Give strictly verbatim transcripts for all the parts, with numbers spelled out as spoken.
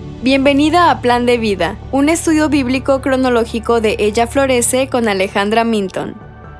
Bienvenida a Plan de Vida, un estudio bíblico cronológico de Ella Florece con Alejandra Minton.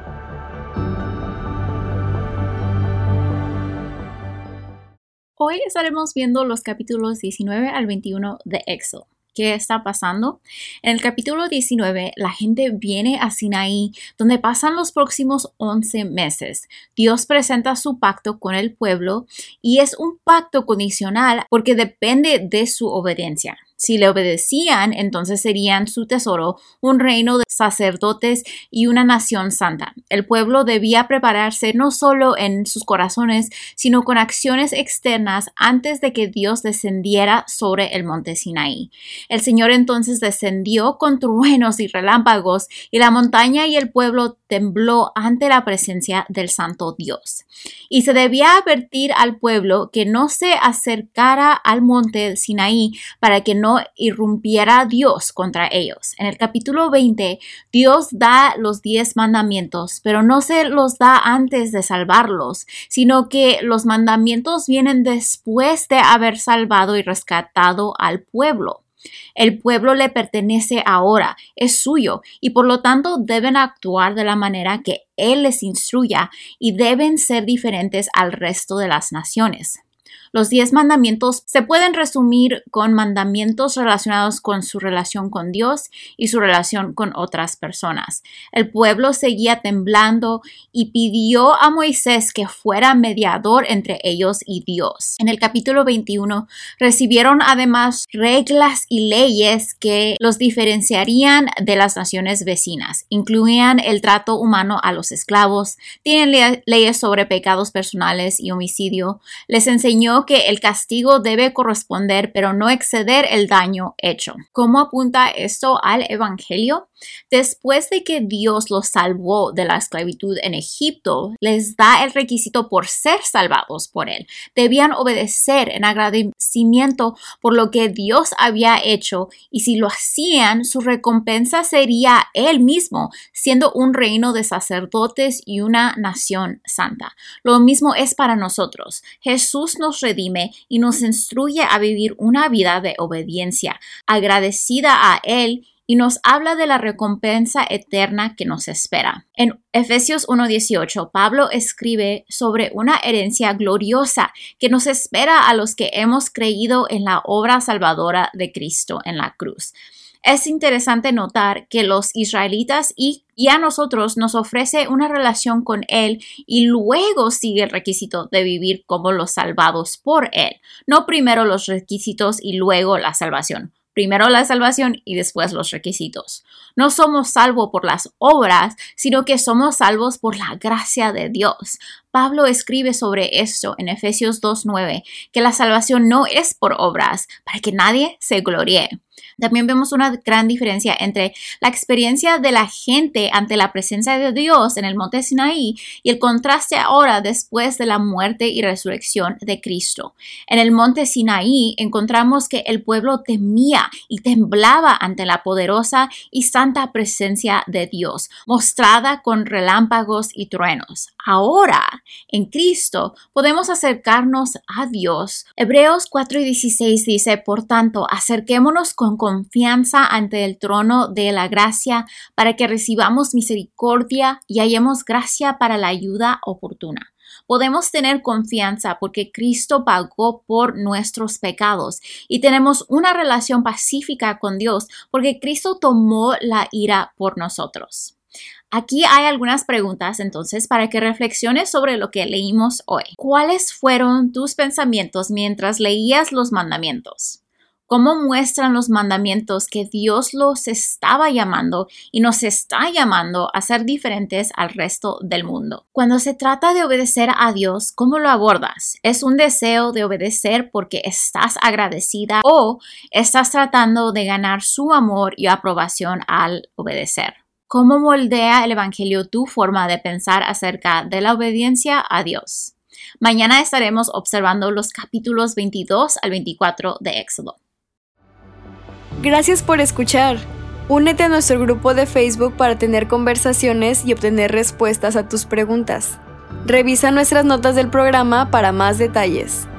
Hoy estaremos viendo los capítulos diecinueve al veintiuno de Éxodo. ¿Qué está pasando? En el capítulo diecinueve, la gente viene a Sinaí, donde pasan los próximos once meses. Dios presenta su pacto con el pueblo y es un pacto condicional porque depende de su obediencia. Si le obedecían, entonces serían su tesoro, un reino de sacerdotes y una nación santa. El pueblo debía prepararse no solo en sus corazones, sino con acciones externas antes de que Dios descendiera sobre el monte Sinaí. El Señor entonces descendió con truenos y relámpagos, y la montaña y el pueblo tembló ante la presencia del Santo Dios. Y se debía advertir al pueblo que no se acercara al monte Sinaí para que no irrumpiera Dios contra ellos. En el capítulo veinte, Dios da los diez mandamientos, pero no se los da antes de salvarlos, sino que los mandamientos vienen después de haber salvado y rescatado al pueblo. El pueblo le pertenece ahora, es suyo, y por lo tanto deben actuar de la manera que Él les instruya y deben ser diferentes al resto de las naciones. Los diez mandamientos se pueden resumir con mandamientos relacionados con su relación con Dios y su relación con otras personas. El pueblo seguía temblando y pidió a Moisés que fuera mediador entre ellos y Dios. En el capítulo veintiuno recibieron además reglas y leyes que los diferenciarían de las naciones vecinas. Incluían el trato humano a los esclavos, tienen le- leyes sobre pecados personales y homicidio. Les enseñó que el castigo debe corresponder, pero no exceder el daño hecho. ¿Cómo apunta esto al Evangelio? Después de que Dios los salvó de la esclavitud en Egipto, les da el requisito por ser salvados por Él. Debían obedecer en agradecimiento por lo que Dios había hecho, y si lo hacían, su recompensa sería Él mismo, siendo un reino de sacerdotes y una nación santa. Lo mismo es para nosotros. Jesús nos redime y nos instruye a vivir una vida de obediencia, agradecida a Él, y nos habla de la recompensa eterna que nos espera. En Efesios uno dieciocho, Pablo escribe sobre una herencia gloriosa que nos espera a los que hemos creído en la obra salvadora de Cristo en la cruz. Es interesante notar que los israelitas y, y a nosotros nos ofrece una relación con Él y luego sigue el requisito de vivir como los salvados por Él. No primero los requisitos y luego la salvación. Primero la salvación y después los requisitos. No somos salvos por las obras, sino que somos salvos por la gracia de Dios. Pablo escribe sobre esto en Efesios dos nueve, que la salvación no es por obras, para que nadie se gloríe. También vemos una gran diferencia entre la experiencia de la gente ante la presencia de Dios en el monte Sinaí y el contraste ahora después de la muerte y resurrección de Cristo. En el monte Sinaí encontramos que el pueblo temía y temblaba ante la poderosa y santa presencia de Dios, mostrada con relámpagos y truenos. Ahora, en Cristo, podemos acercarnos a Dios. Hebreos cuatro dieciséis dice, por tanto, acerquémonos con confianza ante el trono de la gracia para que recibamos misericordia y hallemos gracia para la ayuda oportuna. Podemos tener confianza porque Cristo pagó por nuestros pecados y tenemos una relación pacífica con Dios porque Cristo tomó la ira por nosotros. Aquí hay algunas preguntas entonces para que reflexiones sobre lo que leímos hoy. ¿Cuáles fueron tus pensamientos mientras leías los mandamientos? ¿Cómo muestran los mandamientos que Dios los estaba llamando y nos está llamando a ser diferentes al resto del mundo? Cuando se trata de obedecer a Dios, ¿cómo lo abordas? ¿Es un deseo de obedecer porque estás agradecida o estás tratando de ganar su amor y aprobación al obedecer? ¿Cómo moldea el Evangelio tu forma de pensar acerca de la obediencia a Dios? Mañana estaremos observando los capítulos veintidós al veinticuatro de Éxodo. Gracias por escuchar. Únete a nuestro grupo de Facebook para tener conversaciones y obtener respuestas a tus preguntas. Revisa nuestras notas del programa para más detalles.